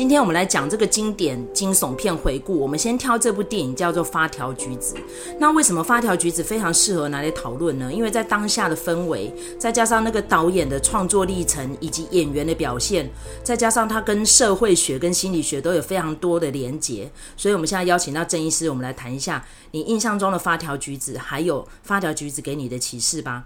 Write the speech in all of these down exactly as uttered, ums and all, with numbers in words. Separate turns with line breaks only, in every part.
今天我们来讲这个经典惊悚片回顾。我们先挑这部电影叫做《发条橘子》。那为什么《发条橘子》非常适合拿来讨论呢？因为在当下的氛围，再加上那个导演的创作历程以及演员的表现，再加上他跟社会学跟心理学都有非常多的连结，所以我们现在邀请到郑医师，我们来谈一下你印象中的《发条橘子》，还有《发条橘子》给你的启示吧。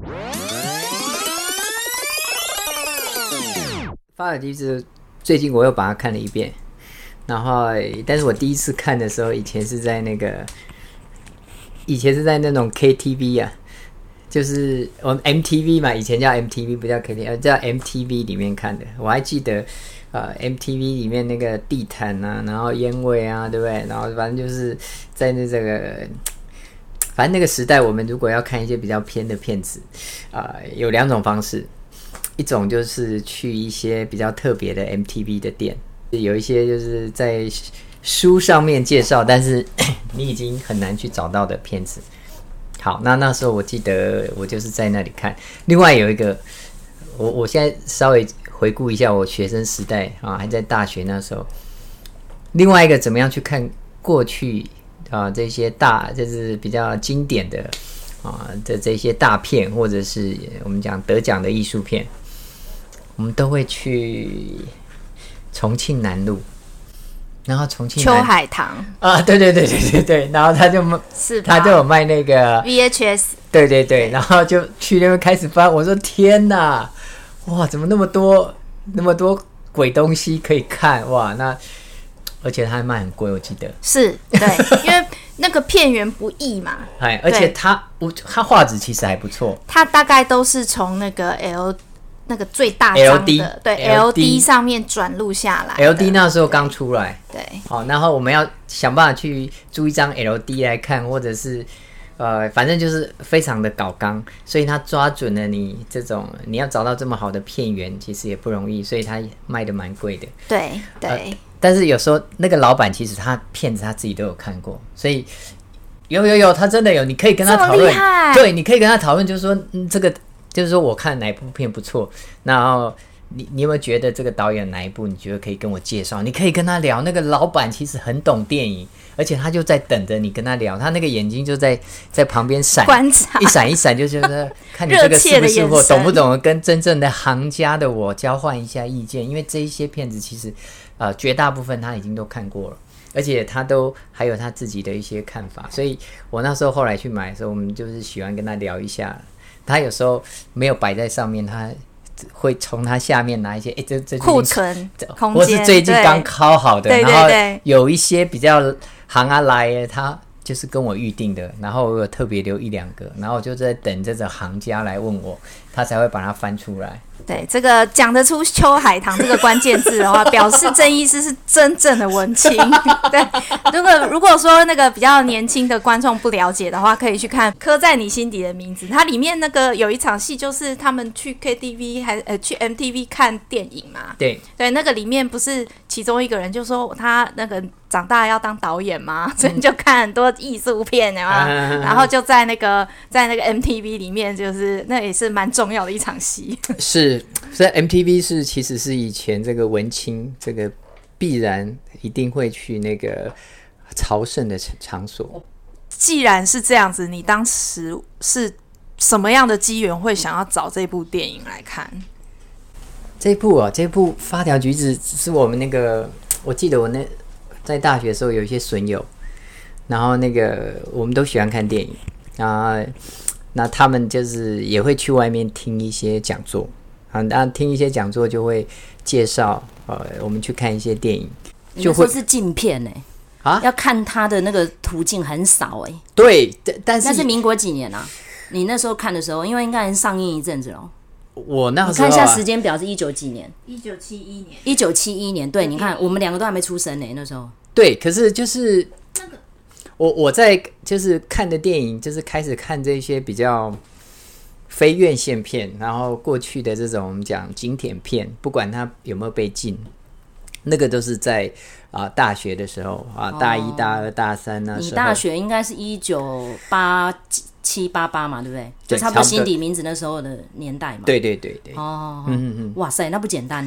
发条橘子最近我又把它看了一遍，然后但是我第一次看的时候，以前是在那个以前是在那种 K T V 啊，就是我们 M T V 嘛，以前叫 M T V 不叫 K T V， 叫 M T V 里面看的。我还记得呃 M T V 里面那个地毯啊，然后烟味啊，对不对？然后反正就是在那这个反正那个时代，我们如果要看一些比较偏的片子啊、呃，有两种方式。一种就是去一些比较特别的 M T V 的店，有一些就是在书上面介绍，但是你已经很难去找到的片子。好，那那时候我记得我就是在那里看。另外有一个，我我现在稍微回顾一下我学生时代啊，还在大学那时候。另外一个怎么样去看过去啊这些大就是比较经典的啊的这些大片，或者是我们讲得奖的艺术片。我们都会去重庆南路，然后重庆
秋海棠
啊，对对对对对对，然后他就是他就有卖那个
V H S，
对对对，然后就去那边开始翻，我说天哪，哇，怎么那么多那么多鬼东西可以看哇？那而且它还卖很贵，我记得
是对，因为那个片源不易嘛，
哎，而且它它画质其实还不错，
它大概都是从那个 L。那个最大张的
L D
对 L D 上面转录下来
，L D 那时候刚出来，
对，
好，然后我们要想办法去租一张 L D 来看，或者是呃，反正就是非常的搞纲，所以他抓准了你这种你要找到这么好的片源，其实也不容易，所以他卖的蛮贵的，
对对、呃。
但是有时候那个老板其实他片子他自己都有看过，所以有有有，他真的有，你可以跟他讨论，对，你可以跟他讨论，就是说、嗯、这个。就是说我看哪一部片不错，然后你你有没有觉得这个导演哪一部你觉得可以跟我介绍？你可以跟他聊，那个老板其实很懂电影，而且他就在等着你跟他聊，他那个眼睛就在在旁边闪，
观察
一闪一闪，就觉得看你这个是不是我懂不懂，跟真正的行家的我交换一下意见，因为这一些片子其实呃绝大部分他已经都看过了。而且他都还有他自己的一些看法，所以我那时候后来去买的时候，我们就是喜欢跟他聊一下。他有时候没有摆在上面，他会从他下面拿一些，哎，这这
库存空间，
或是最近刚拷好的，
对对对对，
然后有一些比较行啊来的，他就是跟我预定的，然后我有特别留一两个，然后我就在等这种行家来问我，他才会把它翻出来。
对，这个讲得出秋海棠这个关键字的话，表示郑医师是真正的文青。对，如果如果说那个比较年轻的观众不了解的话，可以去看《刻在你心底的名字》，它里面那个有一场戏，就是他们去 K T V 还呃去 M T V 看电影嘛。
对
对，那个里面不是其中一个人就说他那个长大要当导演嘛，所以就看很多艺术片啊，嗯、然后就在那个在那个 M T V 里面，就是那也是蛮重要的一场戏。
是。所以 M T V 是其实是以前这个文青这个必然一定会去那个朝圣的场所。
既然是这样子，你当时是什么样的机缘会想要找这部电影来看？
这部啊，这部《发条橘子》是我们那个，我记得我那在大学的时候有一些损友，然后那个我们都喜欢看电影，然后那他们就是也会去外面听一些讲座。啊，那听一些讲座就会介绍，呃，我们去看一些电影，
就会是禁片哎、欸，
啊，
要看他的那个途径很少哎、欸。
对，但是
那是民国几年啊？你那时候看的时候，因为应该已经上映一阵子了。
我那时候、啊、
你看一下时间表是一九几年？
一九七一年。
一九七一年，对，你看我们两个都还没出生呢、欸，那时候。
对，可是就是那个我我在就是看的电影，就是开始看这些比较。非院线片，然后过去的这种我们讲经典片，不管它有没有被禁，那个都是在啊、呃、大学的时候啊，大一、大二、大三那时候。
你大学应该是一九八七八八嘛，对不对？
对，
就差不多心底名字那时候的年代嘛。
对对对对。
哦，
嗯嗯嗯，
哇塞，那不简单呢。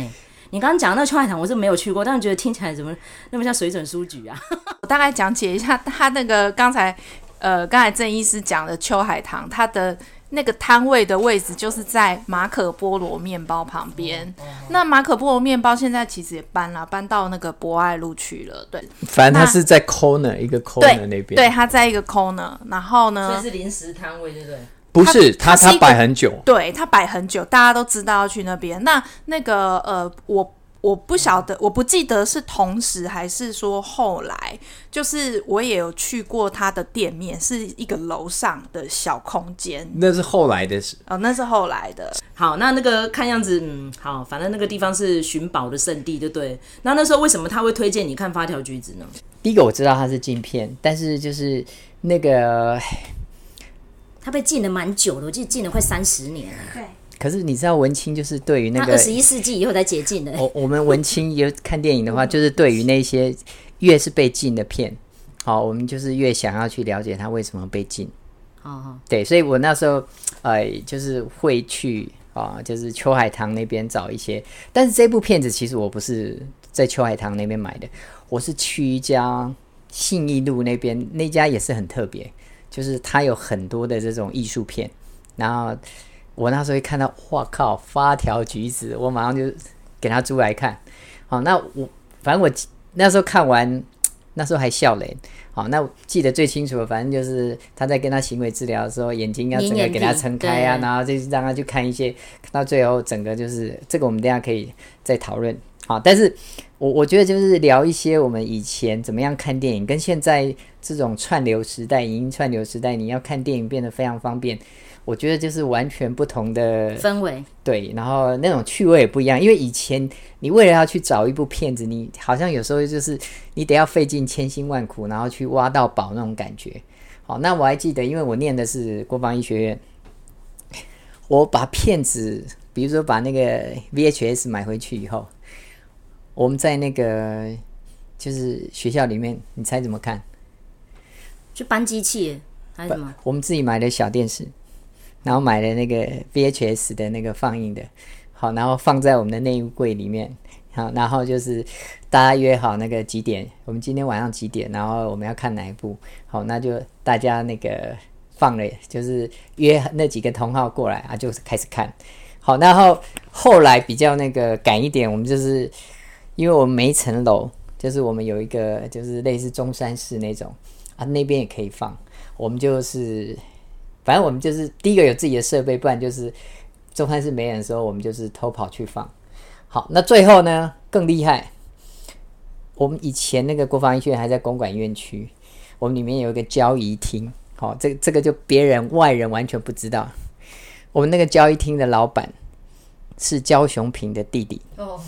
你刚刚讲的那秋海棠我是没有去过，但是觉得听起来怎么那么像水准书局啊？
我大概讲解一下他那个刚才呃刚才郑医师讲的秋海棠，它的那个摊位的位置就是在马可波罗面包旁边、哦哦、那马可波罗面包现在其实也搬了，搬到那个博爱路去了。对，
反正它是在 corner 一个 corner 那边。
对，它在一个 corner， 然后呢，
所以是临时摊位，对不对？
不是，它它摆很久。
对，它摆很久，大家都知道要去那边。那那个呃，我我不晓得，我不记得是同时还是说后来，就是我也有去过他的店面，是一个楼上的小空间。
那是后来的事
哦，那是后来的。
好，那那个看样子，嗯，好，反正那个地方是寻宝的圣地，对不对？那那时候为什么他会推荐你看发条橘子呢？
第一个我知道它是禁片，但是就是那个
他被禁了蛮久的，我记得禁了快三十年了。
对。
可是你知道文青就是对于那个
二十一世纪以后才解禁的。
我我们文青有看电影的话，就是对于那些越是被禁的片，好，我们就是越想要去了解它为什么被禁。
哦，
对，所以我那时候呃就是会去啊，就是秋海棠那边找一些，但是这部片子其实我不是在秋海棠那边买的，我是去一家信义路那边，那家也是很特别，就是它有很多的这种艺术片，然后。我那时候一看到，哇靠，发条橘子，我马上就给他租来看。好，那我反正我那时候看完，那时候还笑脸。好，那我记得最清楚的，反正就是他在跟他行为治疗的时候，眼睛要整个给他撑开啊，然后就让他去看一些，看到最后整个就是这个，我们等一下可以再讨论。好，但是我我觉得就是聊一些我们以前怎么样看电影，跟现在这种串流时代、影音串流时代，你要看电影变得非常方便。我觉得就是完全不同的
氛围，
对，然后那种趣味也不一样。因为以前你为了要去找一部片子，你好像有时候就是你得要费尽千辛万苦，然后去挖到宝那种感觉。好，那我还记得，因为我念的是国防医学院，我把片子，比如说把那个 V H S 买回去以后，我们在那个就是学校里面，你猜怎么看？
就搬机器还是什么？
我们自己买的小电视。然后买了那个 V H S 的那个放映的，好，然后放在我们的内务柜里面，好，然后就是大家约好那个几点，我们今天晚上几点，然后我们要看哪一部，好，那就大家那个放了，就是约那几个同好过来啊，就开始看，好，然后后来比较那个赶一点，我们就是因为我们每一层楼就是我们有一个就是类似中山市那种啊，那边也可以放，我们就是。反正我们就是第一个有自己的设备，不然就是中山市没人的时候，我们就是偷跑去放。好，那最后呢更厉害，我们以前那个国防医学院还在公馆院区，我们里面有一个交谊厅，好，这这个就别人外人完全不知道。我们那个交谊厅的老板是焦雄平的弟弟。哦，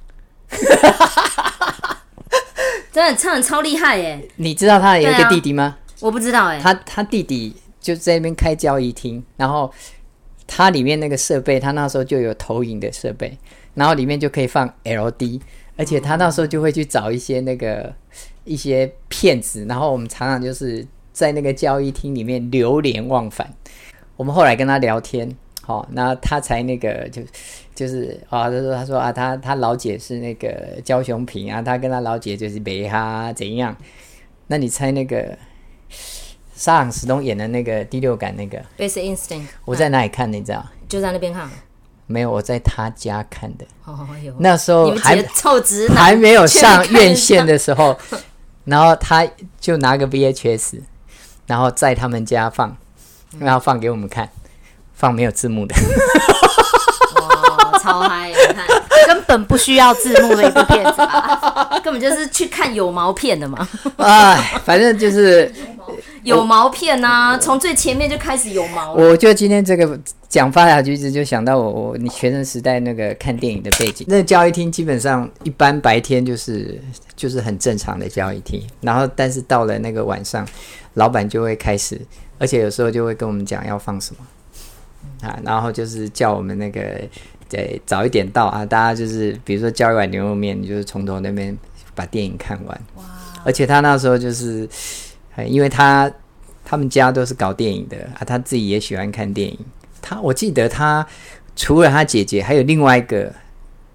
真的唱得超厉害耶！
你知道他有一个弟弟吗？
啊、我不知道哎。
他他弟弟。就在那边开交谊厅，然后它里面那个设备，它那时候就有投影的设备，然后里面就可以放 L D， 而且他那时候就会去找一些那个一些片子，然后我们常常就是在那个交谊厅里面流连忘返。我们后来跟他聊天，好、哦，那他才那个就就是啊，他说他说啊，他他老姐是那个焦雄平啊，他跟他老姐就是北哈怎样？那你猜那个？沙朗史东演的那个第六感那个
Basic Instinct，
我在哪里看你知道？
就在那边看。
没有，我在他家看的。
哦，有。
那时候还
臭直男
还没有上院线的时候，然后他就拿个 V H S， 然后在他们家放，然后放给我们看，放没有字幕的。
哇，超嗨！你看，
根本不需要字幕的一部片子吧？
根本就是去看有毛片的嘛。
哎，反正就是。
有毛片啊，从最前面就开始有毛了。
我就今天这个讲发条橘子，就想到我我你学生时代那个看电影的背景。那个交谊厅基本上一般白天就是就是很正常的交谊厅，然后但是到了那个晚上，老板就会开始，而且有时候就会跟我们讲要放什么啊，然后就是叫我们那个对早一点到啊，大家就是比如说叫一碗牛肉面，你就是从头那边把电影看完。哇！而且他那时候就是。因为他他们家都是搞电影的啊，他自己也喜欢看电影。他我记得他除了他姐姐，还有另外一个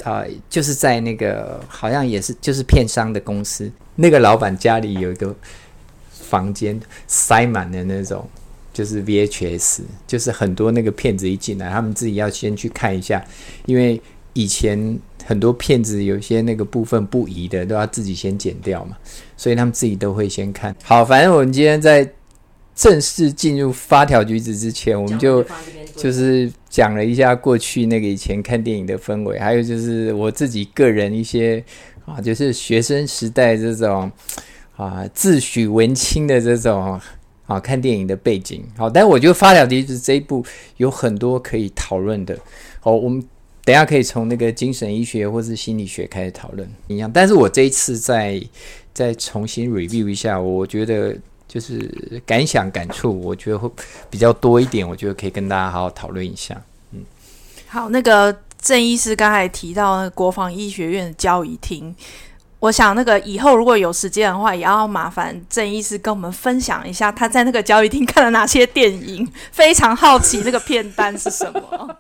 他就是在那个好像也是就是片商的公司，那个老板家里有一个房间塞满了那种就是 V H S， 就是很多那个片子一进来他们自己要先去看一下，因为以前很多片子有些那个部分不宜的都要自己先剪掉嘛，所以他们自己都会先看。好，反正我们今天在正式进入发条橘子之前，我们就就是讲了一下过去那个以前看电影的氛围，还有就是我自己个人一些啊，就是学生时代这种啊自诩文青的这种啊看电影的背景。好，但我觉得发条橘子这一部有很多可以讨论的。好，我们等一下可以从那个精神医学或是心理学开始讨论一样。但是我这一次再再重新 review 一下，我觉得就是感想感触，我觉得会比较多一点，我觉得可以跟大家好好讨论一下。嗯，
好，那个郑医师刚才提到那个国防医学院的交易厅，我想那个以后如果有时间的话，也要麻烦郑医师跟我们分享一下他在那个交易厅看了哪些电影，非常好奇那个片单是什么。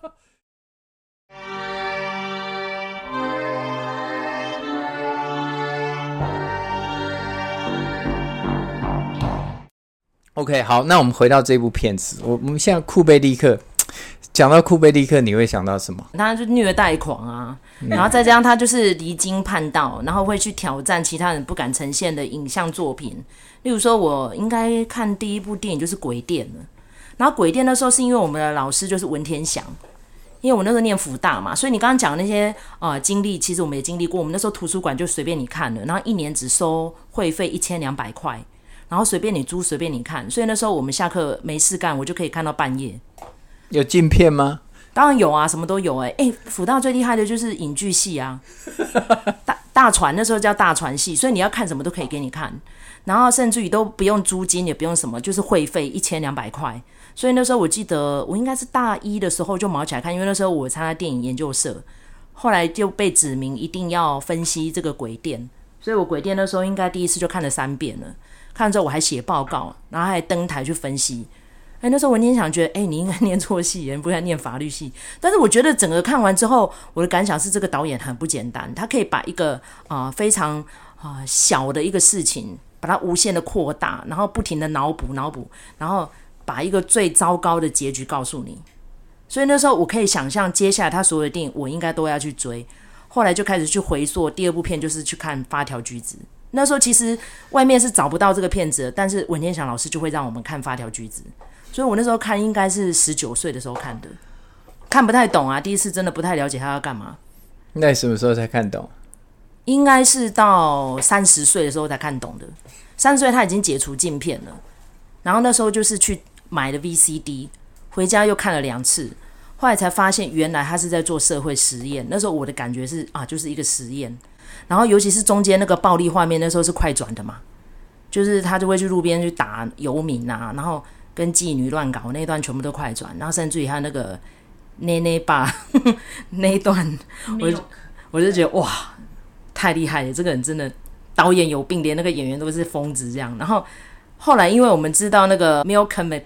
OK， 好，那我们回到这部片子。我我们现在库贝利克，讲到库贝利克，你会想到什么？
他就虐待狂啊，然后再加上他就是离经叛道，然后会去挑战其他人不敢呈现的影像作品。例如说，我应该看第一部电影就是《鬼店》了。然后《鬼店》那时候是因为我们的老师就是文天祥，因为我那时候念福大嘛，所以你刚刚讲的那些呃经历，其实我们也经历过。我们那时候图书馆就随便你看了，然后一年只收会费一千两百块。然后随便你租，随便你看，所以那时候我们下课没事干，我就可以看到半夜。
有禁片吗？
当然有啊，什么都有哎、欸、哎，辅大最厉害的就是影剧系啊，大大传那时候叫大传系，所以你要看什么都可以给你看，然后甚至于都不用租金，也不用什么，就是会费一千两百块。所以那时候我记得我应该是大一的时候就毛起来看，因为那时候我参加电影研究社，后来就被指明一定要分析这个鬼店，所以我鬼店那时候应该第一次就看了三遍了。看了之后我还写报告，然后还登台去分析。哎，那时候文天祥觉得，哎，你应该念错系，你不应该念法律系。但是我觉得整个看完之后，我的感想是这个导演很不简单，他可以把一个啊、呃、非常啊、呃、小的一个事情，把它无限的扩大，然后不停的脑补脑补，然后把一个最糟糕的结局告诉你。所以那时候我可以想象，接下来他所有的电影我应该都要去追。后来就开始去回溯，第二部片就是去看《发条橘子》。那时候其实外面是找不到这个片子的，但是文天祥老师就会让我们看《发条橘子》，所以我那时候看应该是十九岁的时候看的，看不太懂啊，第一次真的不太了解他要干嘛。
那你什么时候才看懂？
应该是到三十岁的时候才看懂的。三十岁他已经解除禁片了，然后那时候就是去买了 V C D， 回家又看了两次，后来才发现原来他是在做社会实验。那时候我的感觉是啊，就是一个实验。然后尤其是中间那个暴力画面，那时候是快转的嘛，就是他就会去路边去打游民啊，然后跟妓女乱搞那一段全部都快转，然后甚至于他那个内内爸那一段，我就我就觉得哇，太厉害了，这个人真的导演有病，连那个演员都是疯子这样。然后后来因为我们知道那个 Malcolm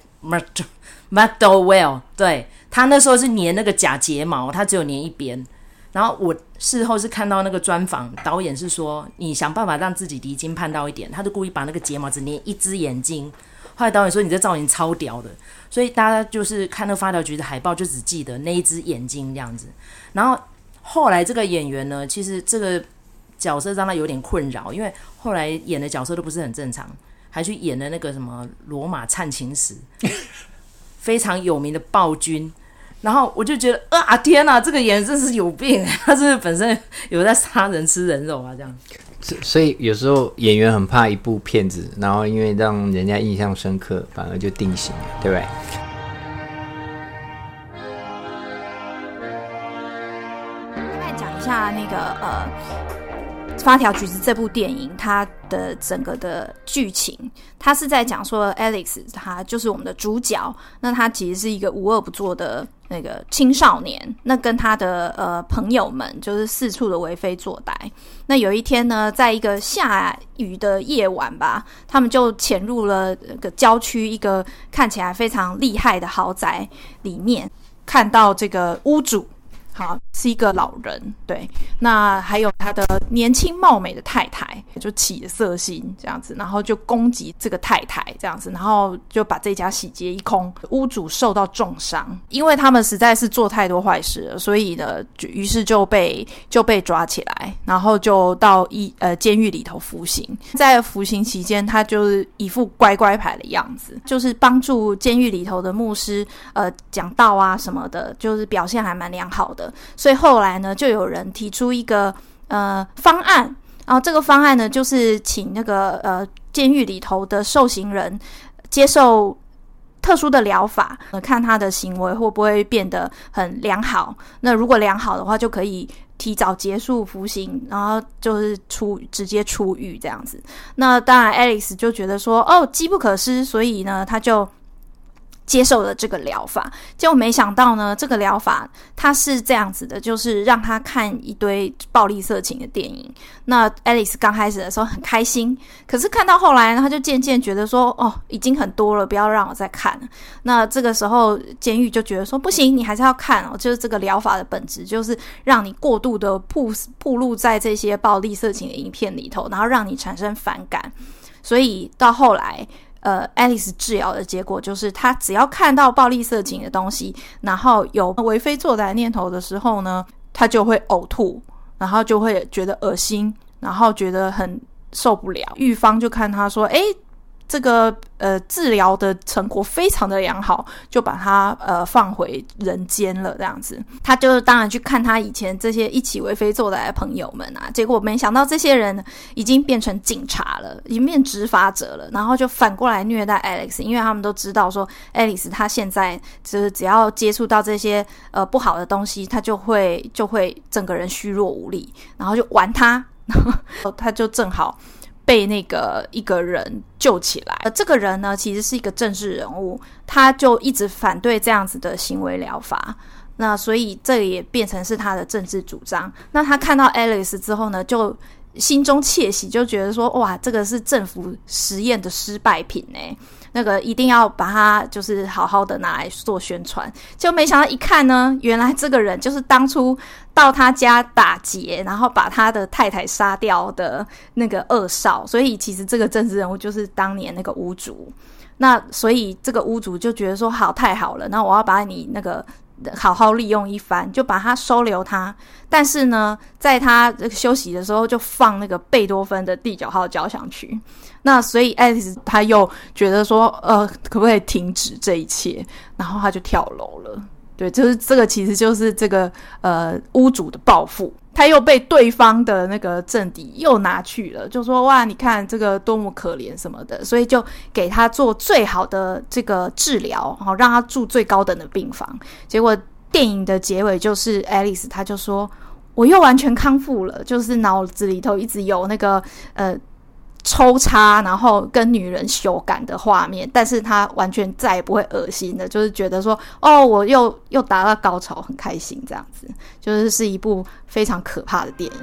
McDowell， 对，他那时候是粘那个假睫毛，他只有粘一边。然后我事后是看到那个专访，导演是说你想办法让自己离经叛道一点，他就故意把那个睫毛只粘一只眼睛。后来导演说你这造型超屌的，所以大家就是看那发条橘的海报就只记得那一只眼睛这样子。然后后来这个演员呢，其实这个角色让他有点困扰，因为后来演的角色都不是很正常，还去演了那个什么罗马灿情史非常有名的暴君。然后我就觉得啊，天哪，这个演员真是有病，他是不是本身有在杀人吃人肉啊？这样，
所以有时候演员很怕一部片子，然后因为让人家印象深刻，反而就定型了，对不对？
再讲一下那个呃。发条橘子这部电影它的整个的剧情，它是在讲说 Alex 他就是我们的主角，那他其实是一个无恶不作的那个青少年，那跟他的呃朋友们就是四处的为非作歹。那有一天呢，在一个下雨的夜晚吧，他们就潜入了那个郊区一个看起来非常厉害的豪宅里面，看到这个屋主好，是一个老人，对，那还有他的年轻貌美的太太，就起了色心这样子，然后就攻击这个太太这样子，然后就把这家洗劫一空，屋主受到重伤，因为他们实在是做太多坏事了，所以呢，于是就被就被抓起来，然后就到一呃监狱里头服刑。在服刑期间，他就是一副乖乖牌的样子，就是帮助监狱里头的牧师呃讲道啊什么的，就是表现还蛮良好的。所以后来呢，就有人提出一个呃方案，然后这个方案呢，就是请那个呃监狱里头的受刑人接受特殊的疗法，看他的行为会不会变得很良好。那如果良好的话，就可以提早结束服刑，然后就是出直接出狱这样子。那当然 Alex 就觉得说，哦，机不可失，所以呢，他就接受了这个疗法。结果没想到呢，这个疗法它是这样子的，就是让他看一堆暴力色情的电影。那 Alex 刚开始的时候很开心，可是看到后来呢，他就渐渐觉得说，哦，已经很多了，不要让我再看了。那这个时候监狱就觉得说，不行，你还是要看哦，就是这个疗法的本质就是让你过度的暴暴露在这些暴力色情的影片里头，然后让你产生反感。所以到后来呃 Alex 治疗的结果就是他只要看到暴力色情的东西，然后有为非作歹念头的时候呢，他就会呕吐，然后就会觉得恶心，然后觉得很受不了。狱方就看他说，诶，这个呃治疗的成果非常的良好，就把他呃放回人间了这样子。他就当然去看他以前这些一起为非作歹的朋友们啊，结果没想到这些人已经变成警察了，已经变执法者了，然后就反过来虐待 Alex， 因为他们都知道说 Alex 他现在就是只要接触到这些呃不好的东西，他就会就会整个人虚弱无力，然后就玩他，然后他就正好被那个一个人救起来。呃，这个人呢其实是一个政治人物，他就一直反对这样子的行为疗法，那所以这也变成是他的政治主张。那他看到 Alex 之后呢，就心中窃喜，就觉得说，哇，这个是政府实验的失败品耶，那个一定要把它就是好好的拿来做宣传。就没想到一看呢，原来这个人就是当初到他家打劫，然后把他的太太杀掉的那个恶少。所以其实这个政治人物就是当年那个屋主。那所以这个屋主就觉得说，好，太好了，那我要把你那个好好利用一番，就把他收留他。但是呢，在他休息的时候就放那个贝多芬的第九号交响曲。那所以 Alex 他又觉得说，呃，可不可以停止这一切？然后他就跳楼了。对，就是这个其实就是这个呃屋主的报复。他又被对方的那个政敌又拿去了，就说，哇，你看这个多么可怜什么的，所以就给他做最好的这个治疗，然后让他住最高等的病房。结果电影的结尾就是 Alex 他就说，我又完全康复了，就是脑子里头一直有那个呃抽插然后跟女人羞感的画面，但是他完全再也不会恶心的，就是觉得说，哦，我又又达到高潮，很开心，这样子。就是是一部非常可怕的电影。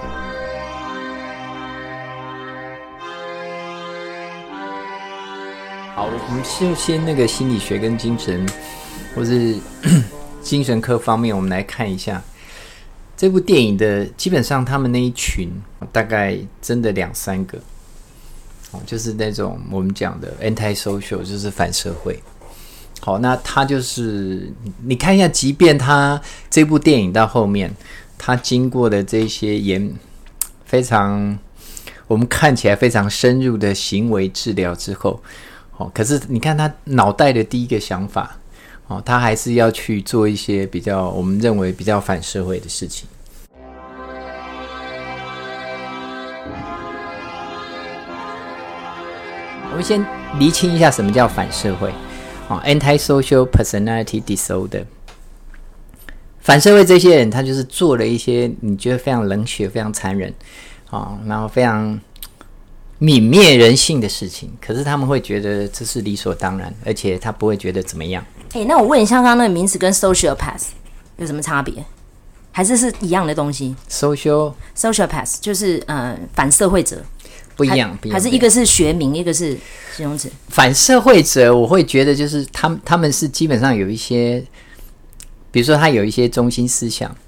好，我们就先那个心理学跟精神或是精神科方面，我们来看一下这部电影的。基本上他们那一群大概真的两三个，就是那种我们讲的 anti-social， 就是反社会。好，那他就是你看一下，即便他这部电影到后面，他经过的这些严非常我们看起来非常深入的行为治疗之后，哦，可是你看他脑袋的第一个想法，哦，他还是要去做一些比较我们认为比较反社会的事情。我们先厘清一下什么叫反社会。哦、antisocial personality disorder。 反社会这些人，他就是做了一些你觉得非常冷血非常残忍、哦、然后非常泯灭人性的事情，可是他们会觉得这是理所当然，而且他不会觉得怎么样。
欸，那我问一下，刚刚那个名词跟 sociopath 有什么差别？还是是一样的东西？
social
sociopath 就是呃反社会者，
不一样，
还, 还是一个是学名，一个是形容词？
反社会者，我会觉得就是他们他们是基本上有一些，比如说他有一些中心思想，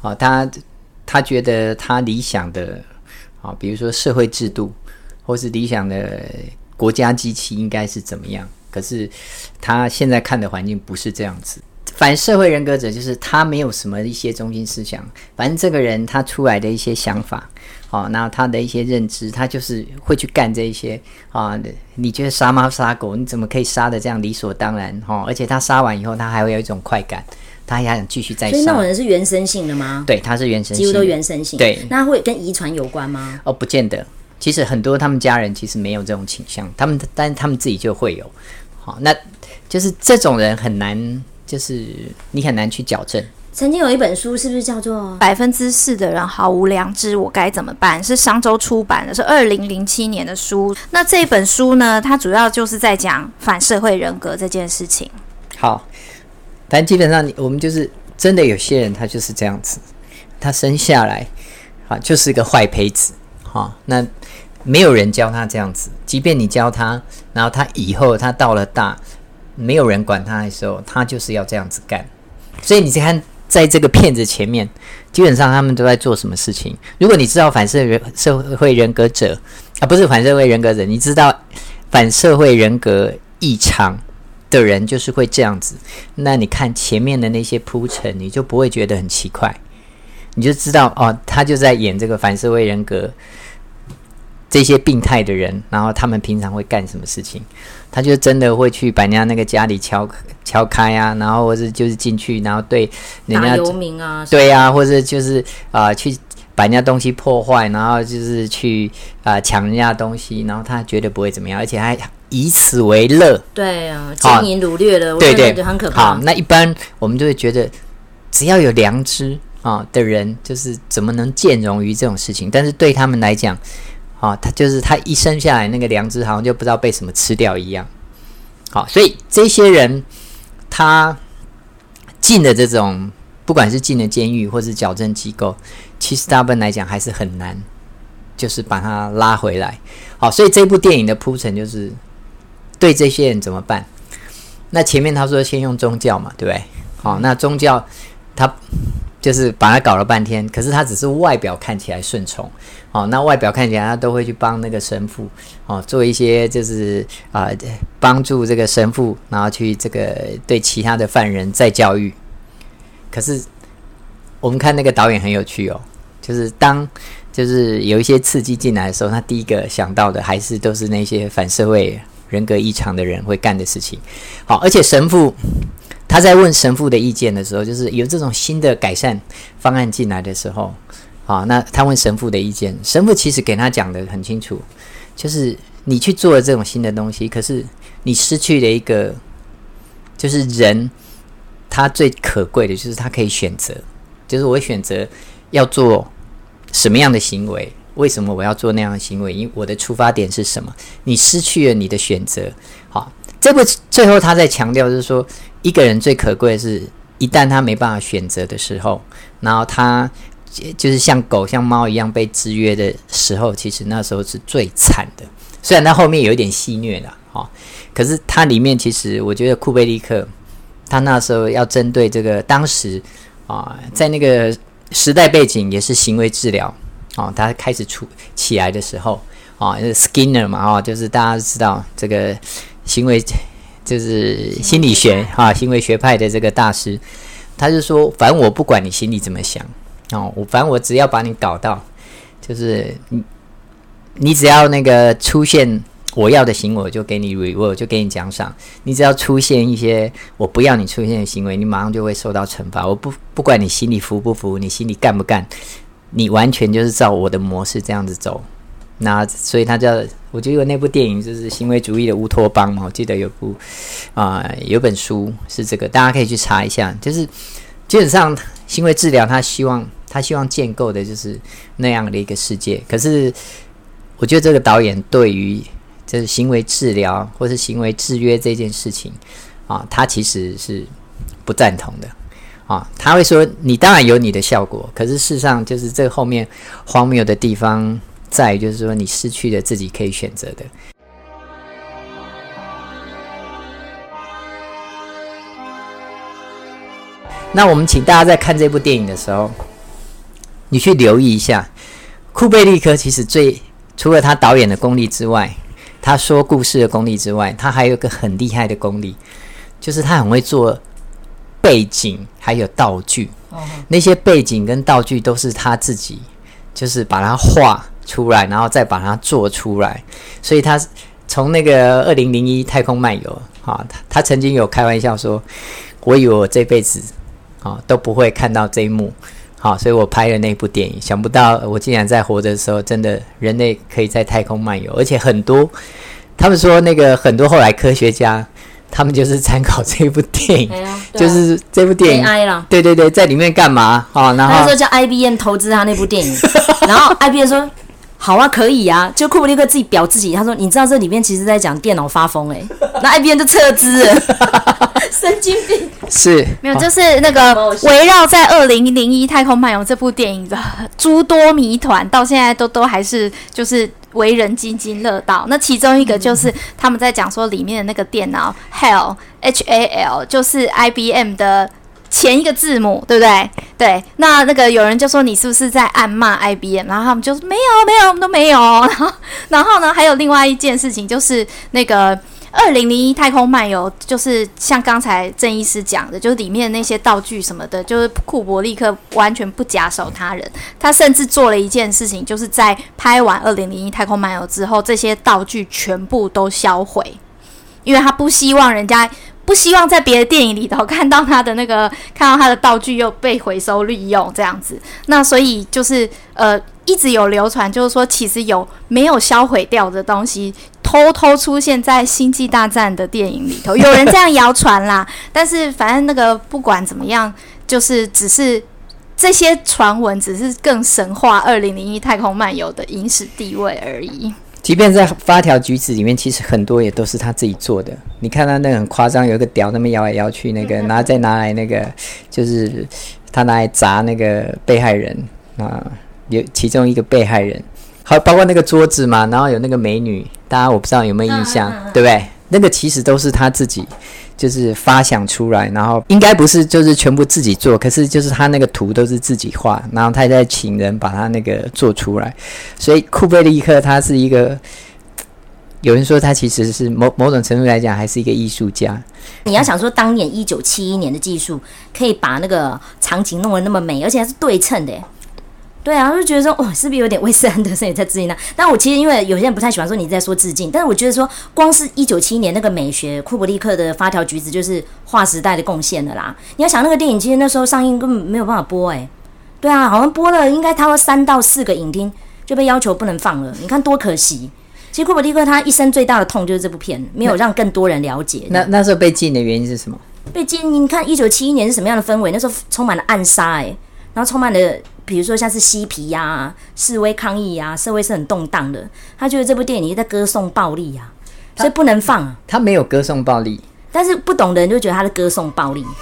啊，他他觉得他理想的啊，比如说社会制度，或是理想的国家机器应该是怎么样，可是他现在看的环境不是这样子。反社会人格者就是他没有什么一些中心思想，反正这个人他出来的一些想法，哦，那他的一些认知，他就是会去干这一些啊。你觉得杀猫杀狗，你怎么可以杀的这样理所当然？哦，而且他杀完以后，他还会有一种快感，他还想继续再杀。
所以那种人是原生性的吗？
对，他是原生性的，
几乎都原生性。
对，
那会跟遗传有关吗？
哦，不见得。其实很多他们家人其实没有这种倾向，他们但是他们自己就会有。好，那就是这种人很难。就是你很难去矫正。
曾经有一本书，是不是叫做
百分之四的人毫无良知，我该怎么办？是商周出版的，是二零零七年的书。那这本书呢，它主要就是在讲反社会人格这件事情。
好，但基本上我们就是真的有些人他就是这样子，他生下来啊就是个坏胚子，哈，那没有人教他这样子，即便你教他，然后他以后他到了大。没有人管他的时候，他就是要这样子干。所以你看，在这个骗子前面，基本上他们都在做什么事情？如果你知道反社会人格者啊，不是反社会人格者，你知道反社会人格异常的人就是会这样子。那你看前面的那些铺陈，你就不会觉得很奇怪，你就知道哦，他就在演这个反社会人格。这些病态的人，然后他们平常会干什么事情？他就真的会去把人家那个家里敲敲开啊，然后或者就是进去，然后对人家
打游民啊，
对啊，或者就是啊、呃、去把人家东西破坏，然后就是去啊、呃、抢人家的东西，然后他绝对不会怎么样，而且还以此为乐。
对啊，奸淫掳掠的，我觉得很可怕。
好，那一般我们就会觉得，只要有良知啊的人，就是怎么能见容于这种事情？但是对他们来讲。哦，他就是他一生下来那个良知好像就不知道被什么吃掉一样。好，所以这些人他进了这种，不管是进了监狱或是矫正机构，其实大部分来讲还是很难，就是把他拉回来。好，所以这部电影的铺陈就是对这些人怎么办？那前面他说先用宗教嘛，对不对？好，那宗教他。就是把他搞了半天，可是他只是外表看起来顺从，哦，那外表看起来他都会去帮那个神父，哦，做一些就是啊、呃、帮助这个神父，然后去这个对其他的犯人再教育。可是我们看那个导演很有趣哦，就是当就是有一些刺激进来的时候，他第一个想到的还是都是那些反社会人格异常的人会干的事情。好，而且神父。他在问神父的意见的时候，就是有这种新的改善方案进来的时候，啊，那他问神父的意见，神父其实给他讲的很清楚，就是你去做了这种新的东西，可是你失去了一个，就是人他最可贵的就是他可以选择，就是我会选择要做什么样的行为，为什么我要做那样的行为，因为我的出发点是什么？你失去了你的选择，好。这部最后他在强调就是说，一个人最可贵的是，一旦他没办法选择的时候，然后他就是像狗像猫一样被制约的时候，其实那时候是最惨的。虽然他后面有一点戏谑啦，哦，可是他里面其实我觉得库贝利克他那时候要针对这个当时啊、呃，在那个时代背景也是行为治疗啊、哦，他开始出起来的时候啊、哦、，Skinner 嘛啊、哦，就是大家知道这个。行为就是心理学啊，行为学派的这个大师，他就说，反正我不管你心里怎么想哦，我反正我只要把你搞到，就是你你只要那个出现我要的行为，我就给你 reward， 就给你奖赏。你只要出现一些我不要你出现的行为，你马上就会受到惩罚。我不不管你心里服不服，你心里干不干，你完全就是照我的模式这样子走。那所以他叫，我觉得那部电影就是行为主义的乌托邦嘛。我记得有部啊、呃，有本书是这个，大家可以去查一下。就是基本上行为治疗，他希望他希望建构的就是那样的一个世界。可是我觉得这个导演对于就是行为治疗或是行为制约这件事情啊，他其实是不赞同的啊。他会说，你当然有你的效果，可是事实上就是这后面荒谬的地方。在于就是说，你失去了自己可以选择的。那我们请大家在看这部电影的时候， 你去留意一下，库贝利克其实最除了他导演的功力之外，他说故事的功力之外，他还有一个很厉害的功力，就是他很会做背景还有道具。哦、那些背景跟道具都是他自己，就是把它画出来，然后再把它做出来。所以他从那个二零零一太空漫游，啊、他, 他曾经有开玩笑说，我以为我这辈子、啊、都不会看到这一幕。好，所以我拍了那部电影，想不到我竟然在活着的时候，真的人类可以在太空漫游，而且很多，他们说那个很多后来科学家，他们就是参考这部电影，啊啊、就是这部电影
A I 啦，
对对对，在里面干嘛？哦，然后
那时候叫 I B M 投资他那部电影，然后 I B M 说好啊，可以啊，就库布里克自己表自己，他说你知道这里面其实在讲电脑发疯哎、欸，那 I B M 就撤资了，神经病。
是
没有，就是那个围绕在二零零一太空漫游这部电影的诸多谜团，到现在都都还是就是为人津津乐道。那其中一个就是他们在讲说里面的那个电脑 H A L H A L 就是 I B M 的前一个字母，对不对？对，那那个有人就说你是不是在暗骂 I B M？ 然后他们就说没有没有，我们都没有。然后然后呢，还有另外一件事情就是那个。二零零一太空漫游就是像刚才郑医师讲的，就是里面那些道具什么的，就是库伯利克完全不假手他人，他甚至做了一件事情，就是在拍完二零零一太空漫游之后，这些道具全部都销毁，因为他不希望人家不希望在别的电影里头看到他的那个看到他的道具又被回收利用这样子。那所以就是呃一直有流传，就是说其实有没有销毁掉的东西偷偷出现在星际大战的电影里头，有人这样谣传啦。但是反正那个不管怎么样，就是只是这些传闻只是更神化二零零一太空漫游的影史地位而已。
即便在发条橘子里面，其实很多也都是他自己做的。你看他那个很夸张，有一个屌那么摇来摇去，那个拿再拿来那个，就是他拿来砸那个被害人啊，有其中一个被害人，好，包括那个桌子嘛，然后有那个美女，大家我不知道有没有印象，嗯嗯嗯对不对？那个其实都是他自己就是发想出来，然后应该不是就是全部自己做，可是就是他那个图都是自己画，然后他再请人把他那个做出来。所以库贝利克他是一个，有人说他其实是某某种程度来讲还是一个艺术家。
你要想说当年一九七一年的技术可以把那个场景弄得那么美，而且还是对称的耶。对啊，就觉得说，哇、哦，是不是有点威斯安德森也在致敬他？但我其实因为有些人不太喜欢说你在说致敬，但是我觉得说，光是一九七一年那个美学，库伯利克的《发条橘子》就是划时代的贡献了啦。你要想那个电影，其实那时候上映根本没有办法播，哎，对啊，好像播了应该他说三到四个影厅就被要求不能放了，你看多可惜。其实库伯利克他一生最大的痛就是这部片没有让更多人了解。
那那时候被禁的原因是什么？
被禁，你看一九七一年是什么样的氛围？那时候充满了暗杀，哎，然后充满了。比如说像是嬉皮呀、啊、示威抗议呀、啊，社会是很动荡的。他觉得这部电影在歌颂暴力呀、啊，所以不能放、啊。
他没有歌颂暴力，
但是不懂的人就觉得他在歌颂暴力。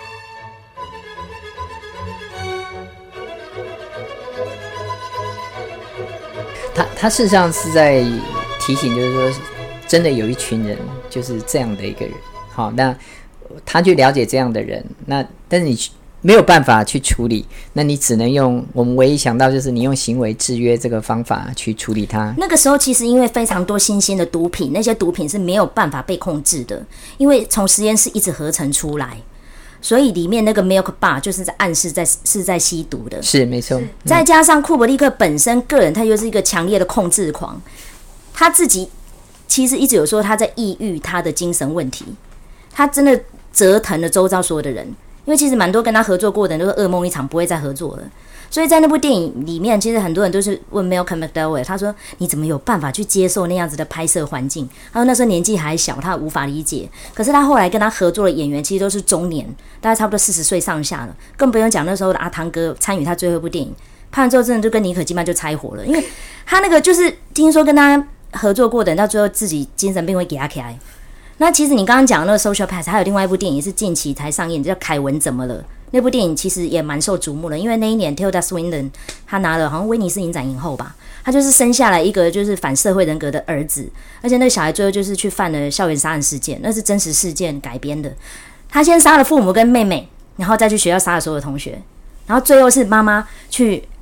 他他事实上是在提醒，就是说，真的有一群人就是这样的一个人。好，那他去了解这样的人，那但是你没有办法去处理，那你只能用我们唯一想到就是你用行为制约这个方法去处理它。
那个时候其实因为非常多新兴的毒品，那些毒品是没有办法被控制的，因为从实验室一直合成出来，所以里面那个 milk bar 就是在暗示在是在吸毒的，
是没错。
再加上库伯利克本身个人他又是一个强烈的控制狂，他自己其实一直有说他在抑郁他的精神问题，他真的折腾了周遭所有的人。因为其实蛮多跟他合作过的人都是噩梦一场，不会再合作了。所以在那部电影里面，其实很多人都是问 Malcolm McDowell， 他说你怎么有办法去接受那样子的拍摄环境？他说那时候年纪还小，他无法理解。可是他后来跟他合作的演员其实都是中年，大概差不多四十岁上下了，更不用讲那时候的阿汤哥参与他最后一部电影，拍完之后真的就跟尼可基曼就拆伙了，因为他那个就是听说跟他合作过的人，到最后自己精神病会给他起来。那其实你刚刚讲的那个 Social Pass 还有另外一部电影是近期才上映，叫凯文怎么了，那部电影其实也蛮受瞩目的，因为那一年 Tilda Swinton 他拿了好像威尼斯影展影后吧，他就是生下来一个就是反社会人格的儿子，而且那个小孩最后就是去犯了校园杀人事件，那是真实事件改编的，他先杀了父母跟妹妹，然后再去学校杀了所有同学，然后最后是妈妈去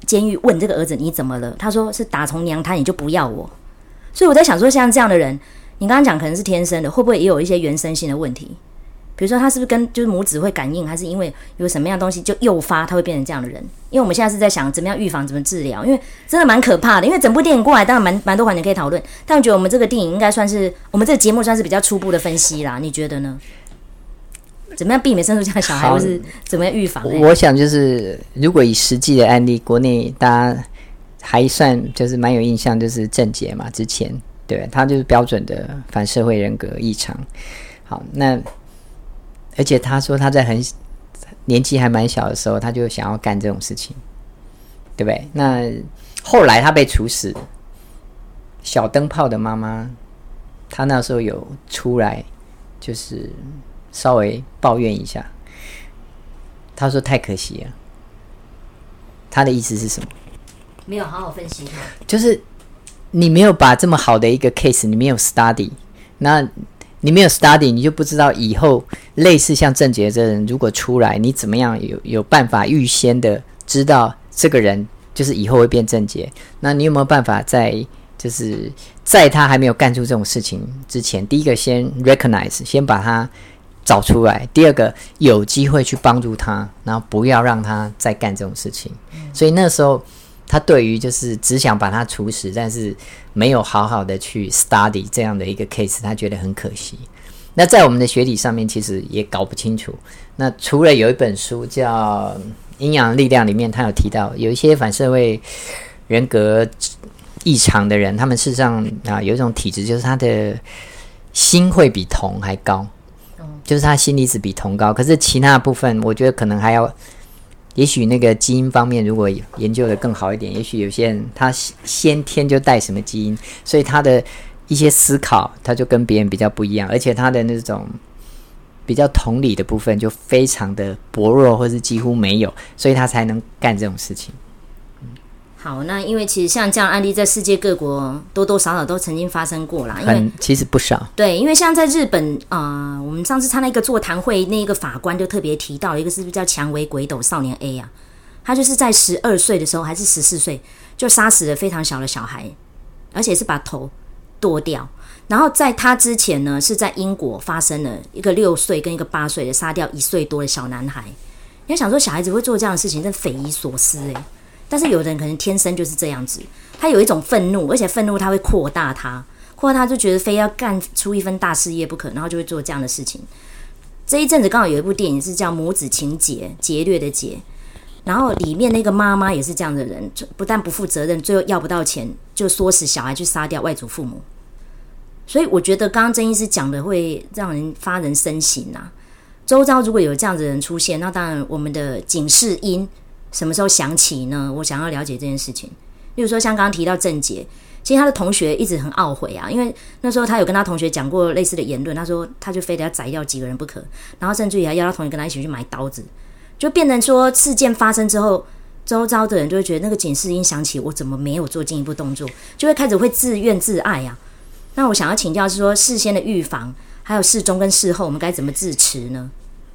监狱问这个儿子你怎么了，他说是打从娘胎你就不要我。所以我在想说，像这样的人，你刚刚讲可能是天生的，会不会也有一些原生性的问题？比如说他是不是跟就是母子会感应，还是因为有什么样的东西就诱发他会变成这样的人？因为我们现在是在想怎么样预防，怎么治疗，因为真的蛮可怕的。因为整部电影过来，当然蛮蛮多环节可以讨论，但我觉得我们这个电影应该算是我们这个节目算是比较初步的分析啦。你觉得呢？怎么样避免生出这样的小孩，或是怎么样预防？
我想就是如果以实际的案例，国内大家还算就是蛮有印象，就是郑捷嘛，之前对他就是标准的反社会人格异常。好，那而且他说他在很年纪还蛮小的时候，他就想要干这种事情，对不对？那后来他被处死，小灯泡的妈妈，她那时候有出来，就是稍微抱怨一下。她说太可惜了。她的意思是什么？
没有好好分析它，
就是你没有把这么好的一个 case， 你没有 study， 那你没有 study， 你就不知道以后类似像郑捷这人如果出来，你怎么样有有办法预先的知道这个人就是以后会变郑捷？那你有没有办法在就是在他还没有干出这种事情之前，第一个先 recognize， 先把他找出来；第二个有机会去帮助他，然后不要让他再干这种事情。所以那时候他对于就是只想把他处死，但是没有好好的去 study 这样的一个 case， 他觉得很可惜。那在我们的学理上面其实也搞不清楚。那除了有一本书叫《阴阳力量》里面，他有提到有一些反社会人格异常的人，他们事实上啊有一种体质，就是他的心会比瞳还高，就是他心理值比瞳高，可是其他的部分我觉得可能还要，也许那个基因方面如果研究的更好一点，也许有些人他先天就带什么基因，所以他的一些思考他就跟别人比较不一样，而且他的那种比较同理的部分就非常的薄弱，或是几乎没有，所以他才能干这种事情。
好，那因为其实像这样的案例在世界各国多多少少都曾经发生过啦，因为
很其实不少。
对，因为像在日本啊、呃，我们上次参加一个座谈会，那个法官就特别提到了一个是不是叫蔷薇鬼斗少年 A 啊？他就是在十二岁的时候还是十四岁就杀死了非常小的小孩，而且是把头剁掉。然后在他之前呢，是在英国发生了一个六岁跟一个八岁的杀掉一岁多的小男孩。你要想说小孩子会做这样的事情，真匪夷所思哎、欸。但是有的人可能天生就是这样子，他有一种愤怒，而且愤怒他会扩大他，扩大他就觉得非要干出一番大事业不可，然后就会做这样的事情。这一阵子刚好有一部电影是叫《母子情节》，劫掠的劫，然后里面那个妈妈也是这样的人，不但不负责任，最后要不到钱就唆使小孩去杀掉外祖父母。所以我觉得刚刚曾医师讲的会让人发人深省啊。周遭如果有这样的人出现，那当然我们的警示音什么时候响起呢？我想要了解这件事情。例如说像刚刚提到郑捷，其实他的同学一直很懊悔啊，因为那时候他有跟他同学讲过类似的言论，他说他就非得要宰掉几个人不可，然后甚至也要邀他同学跟他一起去买刀子，就变成说事件发生之后，周遭的人就会觉得那个警示音响起，我怎么没有做进一步动作，就会开始会自怨自艾啊。那我想要请教是说事先的预防，还有事中跟事后我们该怎么自持呢？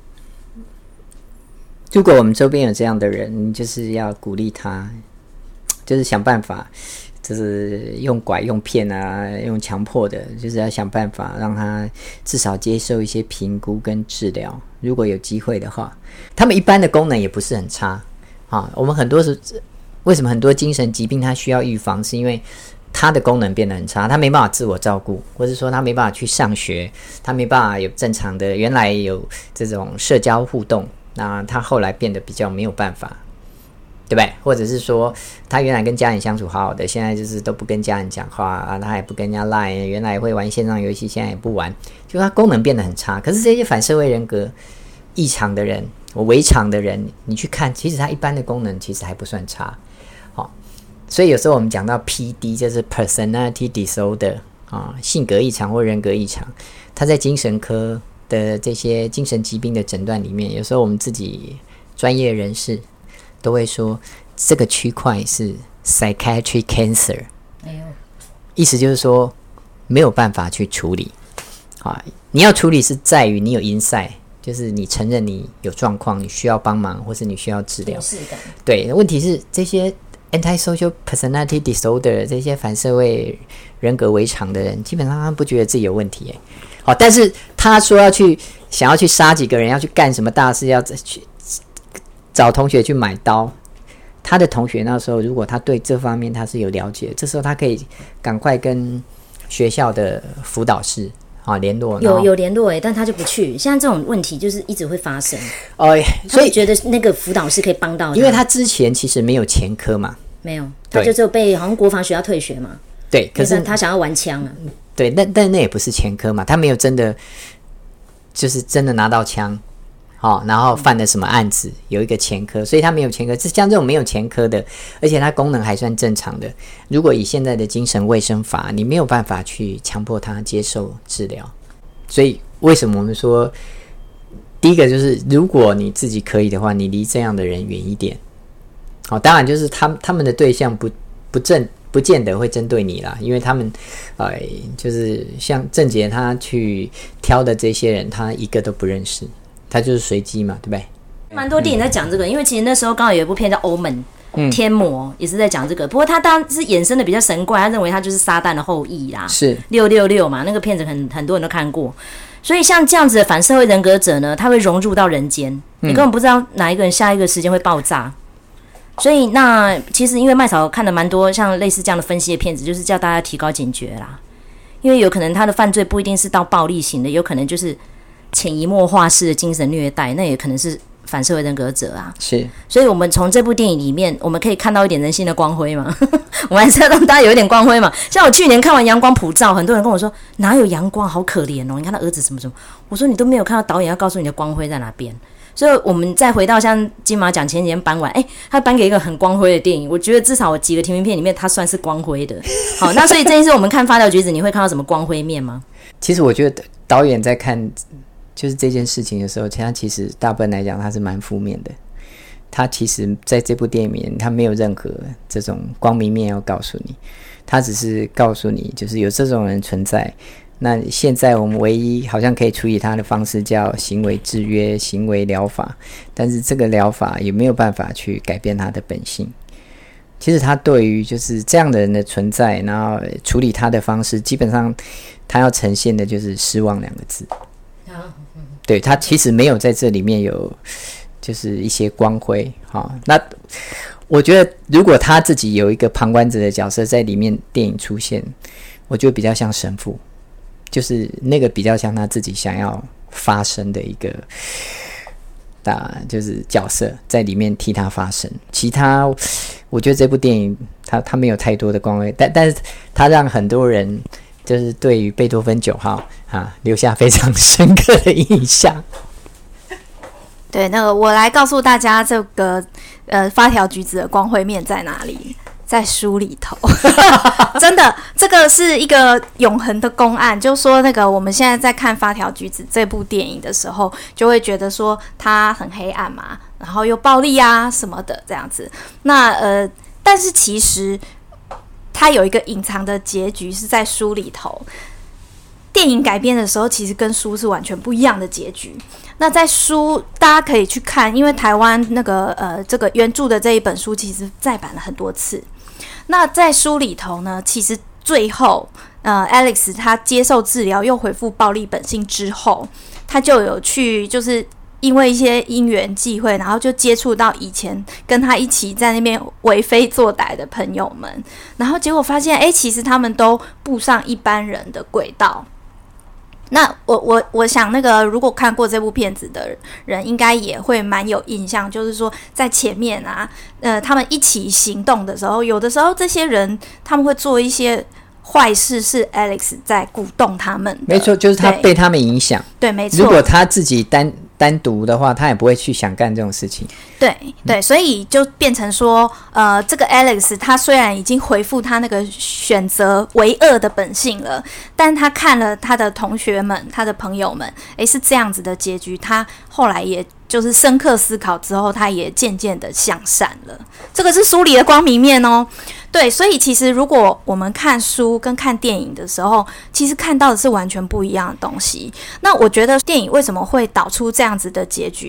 如果我们周边有这样的人，你就是要鼓励他，就是想办法，就是用拐用骗啊，用强迫的，就是要想办法让他至少接受一些评估跟治疗。如果有机会的话，他们一般的功能也不是很差啊。我们很多时为什么很多精神疾病它需要预防，是因为他的功能变得很差，他没办法自我照顾，或者说他没办法去上学，他没办法有正常的原来有这种社交互动。那他后来变得比较没有办法，对不对？或者是说他原来跟家人相处好好的，现在就是都不跟家人讲话啊，他也不跟人家 line， 原来会玩线上游戏，现在也不玩，就他功能变得很差。可是这些反社会人格异常的人，我违常的人，你去看，其实他一般的功能其实还不算差。好，所以有时候我们讲到 P D， 就是 personality disorder 啊，性格异常或人格异常，他在精神科的这些精神疾病的诊断里面，有时候我们自己专业人士都会说这个区块是 psychiatric cancer， 哎呦，意思就是说没有办法去处理啊。你要处理是在于你有 insight， 就是你承认你有状况，你需要帮忙，或是你需要治疗。对，问题是这些 antisocial personality disorder 这些反社会人格违常的人，基本上他不觉得自己有问题耶。好，但是他说要去想要去杀几个人，要去干什么大事，要去找同学去买刀。他的同学那时候，如果他对这方面他是有了解，这时候他可以赶快跟学校的辅导室啊联络。
有有联络哎，但他就不去。像这种问题就是一直会发生。
哦，
所以觉得那个辅导室可以帮到他，
因为他之前其实没有前科嘛。
没有，他就只有被好像国防学校退学嘛。
对，可是
他想要玩枪啊。
对，但但那也不是前科嘛，他没有真的就是真的拿到枪。哦，然后犯了什么案子，有一个前科，所以他没有前科。像这种没有前科的，而且他功能还算正常的，如果以现在的精神卫生法，你没有办法去强迫他接受治疗。所以为什么我们说，第一个就是如果你自己可以的话，你离这样的人远一点。好、哦，当然就是他他们的对象不不正不见得会针对你啦，因为他们呃就是像郑杰他去挑的这些人，他一个都不认识。它就是随机嘛，对不对？
蛮多电影在讲这个，因为其实那时候刚好有一部片叫《欧门》，
嗯，
天魔也是在讲这个。不过他当然是衍生的比较神怪，他认为他就是撒旦的后裔啦，
是
六六六嘛，那个片子很很多人都看过。所以像这样子的反社会人格者呢，他会融入到人间，你根本不知道哪一个人下一个时间会爆炸。所以那其实因为麦嫂看了蛮多像类似这样的分析的片子，就是叫大家提高警觉啦，因为有可能他的犯罪不一定是到暴力型的，有可能就是潜移默化式的精神虐待，那也可能是反社会人格者啊。
是，
所以我们从这部电影里面，我们可以看到一点人性的光辉嘛。我们还是要让大家有一点光辉嘛。像我去年看完《阳光普照》，很多人跟我说哪有阳光，好可怜哦。你看他儿子什么什么，我说你都没有看到导演要告诉你的光辉在哪边。所以我们再回到像金马奖前几天颁完，哎，他颁给一个很光辉的电影，我觉得至少我几个提名片里面，他算是光辉的。好，那所以这一次我们看《发条橘子》，你会看到什么光辉面吗？
其实我觉得导演在看就是这件事情的时候，他其实大部分来讲他是蛮负面的。他其实在这部电影里面，他没有任何这种光明面要告诉你，他只是告诉你就是有这种人存在。那现在我们唯一好像可以处理他的方式叫行为制约、行为疗法，但是这个疗法也没有办法去改变他的本性。其实他对于就是这样的人的存在，然后处理他的方式，基本上他要呈现的就是失望两个字。对，他其实没有在这里面有就是一些光辉。好，那我觉得如果他自己有一个旁观者的角色在里面电影出现，我觉得比较像神父，就是那个比较像他自己想要发声的一个啊，就是角色在里面替他发声。其他我觉得这部电影他他没有太多的光辉，但但是他让很多人就是对于贝多芬九号啊留下非常深刻的印象。
对，那个我来告诉大家这个呃发条橘子的光辉面在哪里，在书里头。真的，这个是一个永恒的公案，就是说那个我们现在在看发条橘子这部电影的时候，就会觉得说它很黑暗嘛，然后又暴力啊什么的这样子。那呃，但是其实它有一个隐藏的结局是在书里头。电影改编的时候，其实跟书是完全不一样的结局。那在书大家可以去看，因为台湾那个呃这个原著的这一本书其实再版了很多次。那在书里头呢，其实最后呃 Alex 他接受治疗又恢复暴力本性之后，他就有去就是因为一些因缘际会，然后就接触到以前跟他一起在那边为非作歹的朋友们，然后结果发现，哎，其实他们都步上一般人的轨道。那我我我想，那个如果看过这部片子的人，应该也会蛮有印象，就是说在前面啊，呃，他们一起行动的时候，有的时候这些人他们会做一些坏事，是 Alex 在鼓动他们的。
没错，就是他被他们影响。
对，没错。
如果他自己单单独的话，他也不会去想干这种事情。
对对，所以就变成说，呃，这个 Alex 他虽然已经恢复他那个选择为恶的本性了，但他看了他的同学们、他的朋友们，诶，是这样子的结局，他后来也就是深刻思考之后，他也渐渐的向善了。这个是书里的光明面哦。对，所以其实如果我们看书跟看电影的时候，其实看到的是完全不一样的东西。那我觉得电影为什么会导出这样子的结局？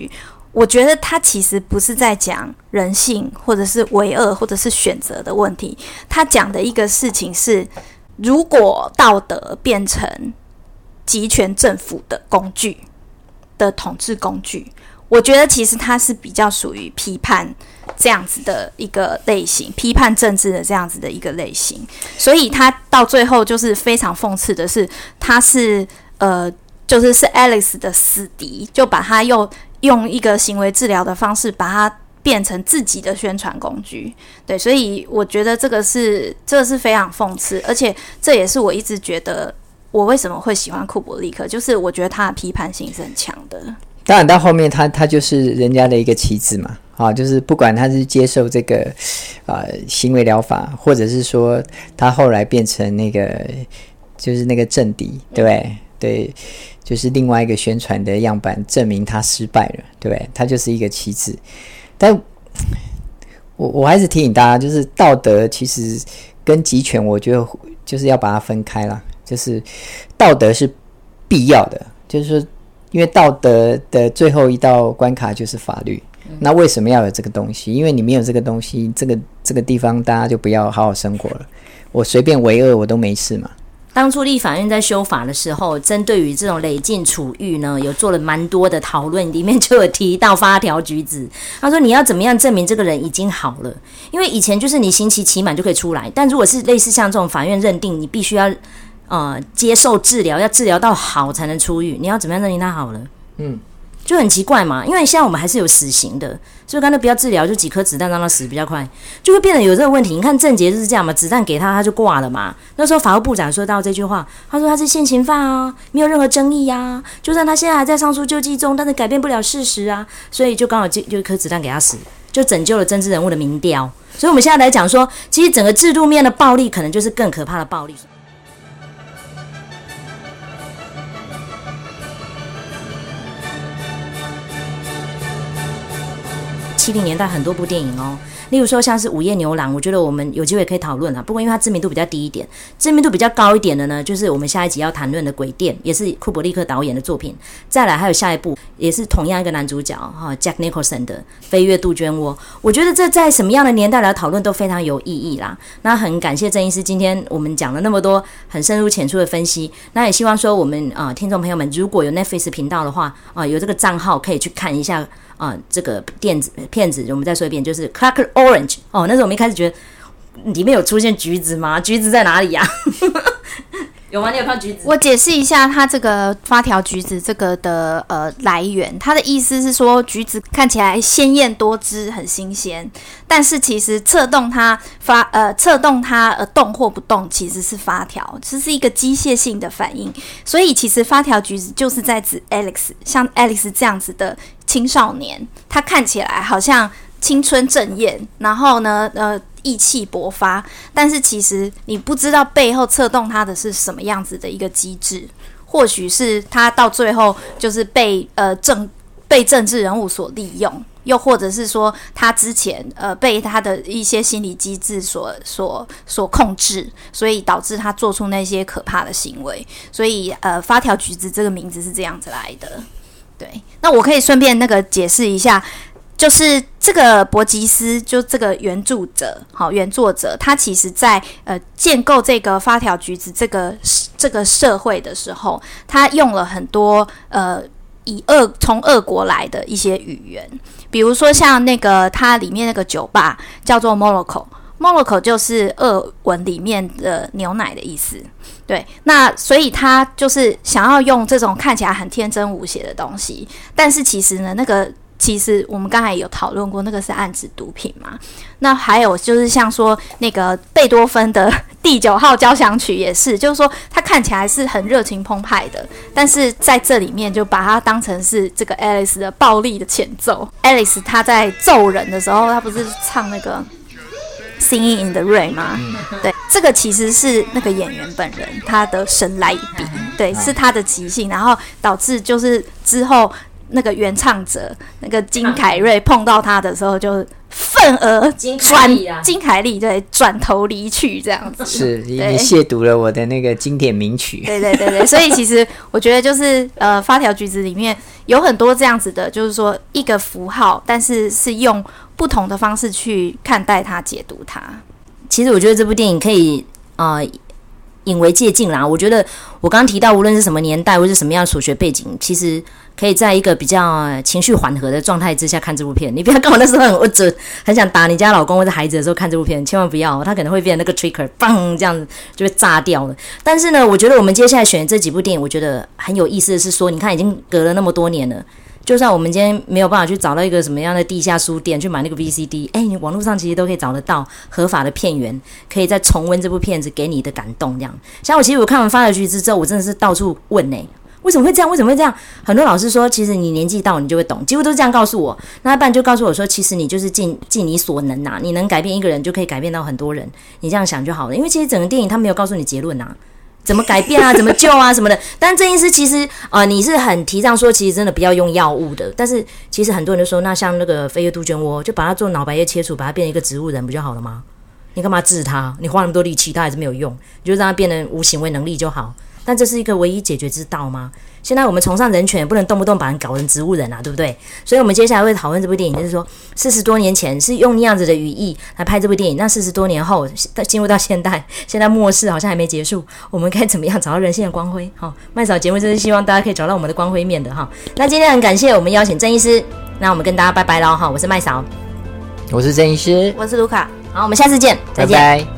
我觉得他其实不是在讲人性或者是为恶或者是选择的问题，他讲的一个事情是，如果道德变成集权政府的工具的统治工具，我觉得其实他是比较属于批判这样子的一个类型，批判政治的这样子的一个类型，所以他到最后就是非常讽刺的是，他是呃，就是是 Alex 的死敌，就把他又用一个行为治疗的方式把它变成自己的宣传工具。对，所以我觉得这个是这个是非常讽刺，而且这也是我一直觉得我为什么会喜欢库伯利克，就是我觉得他的批判性是很强的。
当然到后面他他就是人家的一个棋子嘛，啊，就是不管他是接受这个呃行为疗法，或者是说他后来变成那个就是那个政敌，对不对？嗯、对。就是另外一个宣传的样板，证明他失败了，对不对？他就是一个棋子。但我我还是提醒大家，就是道德其实跟集权，我觉得就是要把它分开啦。就是道德是必要的，就是说，因为道德的最后一道关卡就是法律。那为什么要有这个东西？因为你没有这个东西，这个这个地方大家就不要好好生活了。我随便为恶，我都没事嘛。
当初立法院在修法的时候，针对于这种累进处遇呢，有做了蛮多的讨论，里面就有提到发条橘子。他说你要怎么样证明这个人已经好了？因为以前就是你刑期期满就可以出来，但如果是类似像这种法院认定你必须要呃接受治疗，要治疗到好才能出狱，你要怎么样证明他好了？嗯。就很奇怪嘛，因为现在我们还是有死刑的，所以干脆不要治疗，就几颗子弹让他死比较快，就会变得有这个问题。你看郑捷就是这样嘛，子弹给他他就挂了嘛。那时候法务部长说到这句话，他说他是现行犯啊，没有任何争议啊，就算他现在还在上诉救济中，但是改变不了事实啊，所以就刚好就就一颗子弹给他死，就拯救了政治人物的民调。所以我们现在来讲说，其实整个制度面的暴力可能就是更可怕的暴力。七零年代很多部电影哦，例如说像是《午夜牛郎》，我觉得我们有机会可以讨论啊。不过因为它知名度比较低一点，知名度比较高一点的呢，就是我们下一集要谈论的《鬼店》，也是库伯利克导演的作品。再来还有下一部，也是同样一个男主角哈 Jack Nicholson 的《飞越杜鹃窝》。我觉得这在什么样的年代来讨论都非常有意义啦。那很感谢郑医师今天我们讲了那么多很深入浅出的分析。那也希望说我们啊、呃、听众朋友们，如果有 Netflix 频道的话啊、呃，有这个账号可以去看一下。啊、呃，这个电子片子，我们再说一遍，就是 Clockwork Orange 哦。那时候我们一开始觉得里面有出现橘子吗？橘子在哪里呀、啊？有吗？你有看橘子？
我解释一下，它这个发条橘子这个的呃来源，它的意思是说，橘子看起来鲜艳多汁，很新鲜，但是其实策动它发呃策动它呃动或不动，其实是发条，这是一个机械性的反应。所以其实发条橘子就是在指 Alex， 像 Alex 这样子的青少年，他看起来好像青春正艳，然后呢，呃，意气勃发，但是其实你不知道背后策动他的是什么样子的一个机制，或许是他到最后就是被呃政被政治人物所利用，又或者是说他之前呃被他的一些心理机制所所所控制，所以导致他做出那些可怕的行为。所以呃，发条橘子这个名字是这样子来的。对，那我可以顺便那个解释一下。就是这个伯吉斯，就这个原著者，好，原作者，他其实在呃建构这个发条橘子这个这个社会的时候，他用了很多呃以俄从俄国来的一些语言，比如说像那个它里面那个酒吧叫做 Moloko。Moloko 就是俄文里面的牛奶的意思，对，那所以他就是想要用这种看起来很天真无邪的东西，但是其实呢，那个其实我们刚才有讨论过，那个是暗指毒品嘛。那还有就是像说那个贝多芬的第九号交响曲也是，就是说他看起来是很热情澎湃的，但是在这里面就把它当成是这个 Alice 的暴力的前奏。Alice 他在揍人的时候，他不是唱那个Singing in the Rain 吗？对，这个其实是那个演员本人他的神来一笔，对，是他的即兴，然后导致就是之后那个原唱者那个金凯瑞碰到他的时候，就愤而转金凯利对转头离去这样子。
是你亵渎了我的那个经典名曲。
对对对对，所以其实我觉得就是呃，发条橘子里面有很多这样子的，就是说一个符号，但是是用不同的方式去看待它、解读它。
其实我觉得这部电影可以呃引为借鉴啦。我觉得我刚刚提到，无论是什么年代或是什么样的所学背景，其实可以在一个比较情绪缓和的状态之下看这部片。你不要跟我那时候很恶准，很想打你家老公或者孩子的时候看这部片，千万不要，他可能会变成那个 trigger， 砰这样子就被炸掉了。但是呢，我觉得我们接下来选的这几部电影，我觉得很有意思的是说，你看已经隔了那么多年了。就算我们今天没有办法去找到一个什么样的地下书店去买那个 V C D， 哎，你网络上其实都可以找得到合法的片源，可以再重温这部片子给你的感动这样。像我其实我看完《发条橘子》之后，我真的是到处问呢、欸，为什么会这样？为什么会这样？很多老师说，其实你年纪到你就会懂，几乎都是这样告诉我。那一半就告诉我说，其实你就是尽尽你所能啊，你能改变一个人，就可以改变到很多人。你这样想就好了，因为其实整个电影他没有告诉你结论啊。怎么改变啊？怎么救啊？什么的？但郑医师其实呃，你是很提倡说，其实真的不要用药物的。但是其实很多人就说，那像那个飞叶杜鹃窝，就把它做脑白叶切除，把它变成一个植物人，不就好了吗？你干嘛治它？你花那么多力气，它还是没有用，你就让它变成无行为能力就好。但这是一个唯一解决之道吗？现在我们崇尚人权，不能动不动把人搞成植物人啊，对不对？所以我们接下来会讨论这部电影，就是说四十多年前是用那样子的语义来拍这部电影，那四十多年后进入到现代，现在末世好像还没结束，我们该怎么样找到人性的光辉？好，麦嫂节目就是希望大家可以找到我们的光辉面的哈。那今天很感谢我们邀请郑医师，那我们跟大家拜拜喽哈，我是麦嫂，
我是郑医师，
我是卢卡，
好，我们下次见，再见。
拜拜。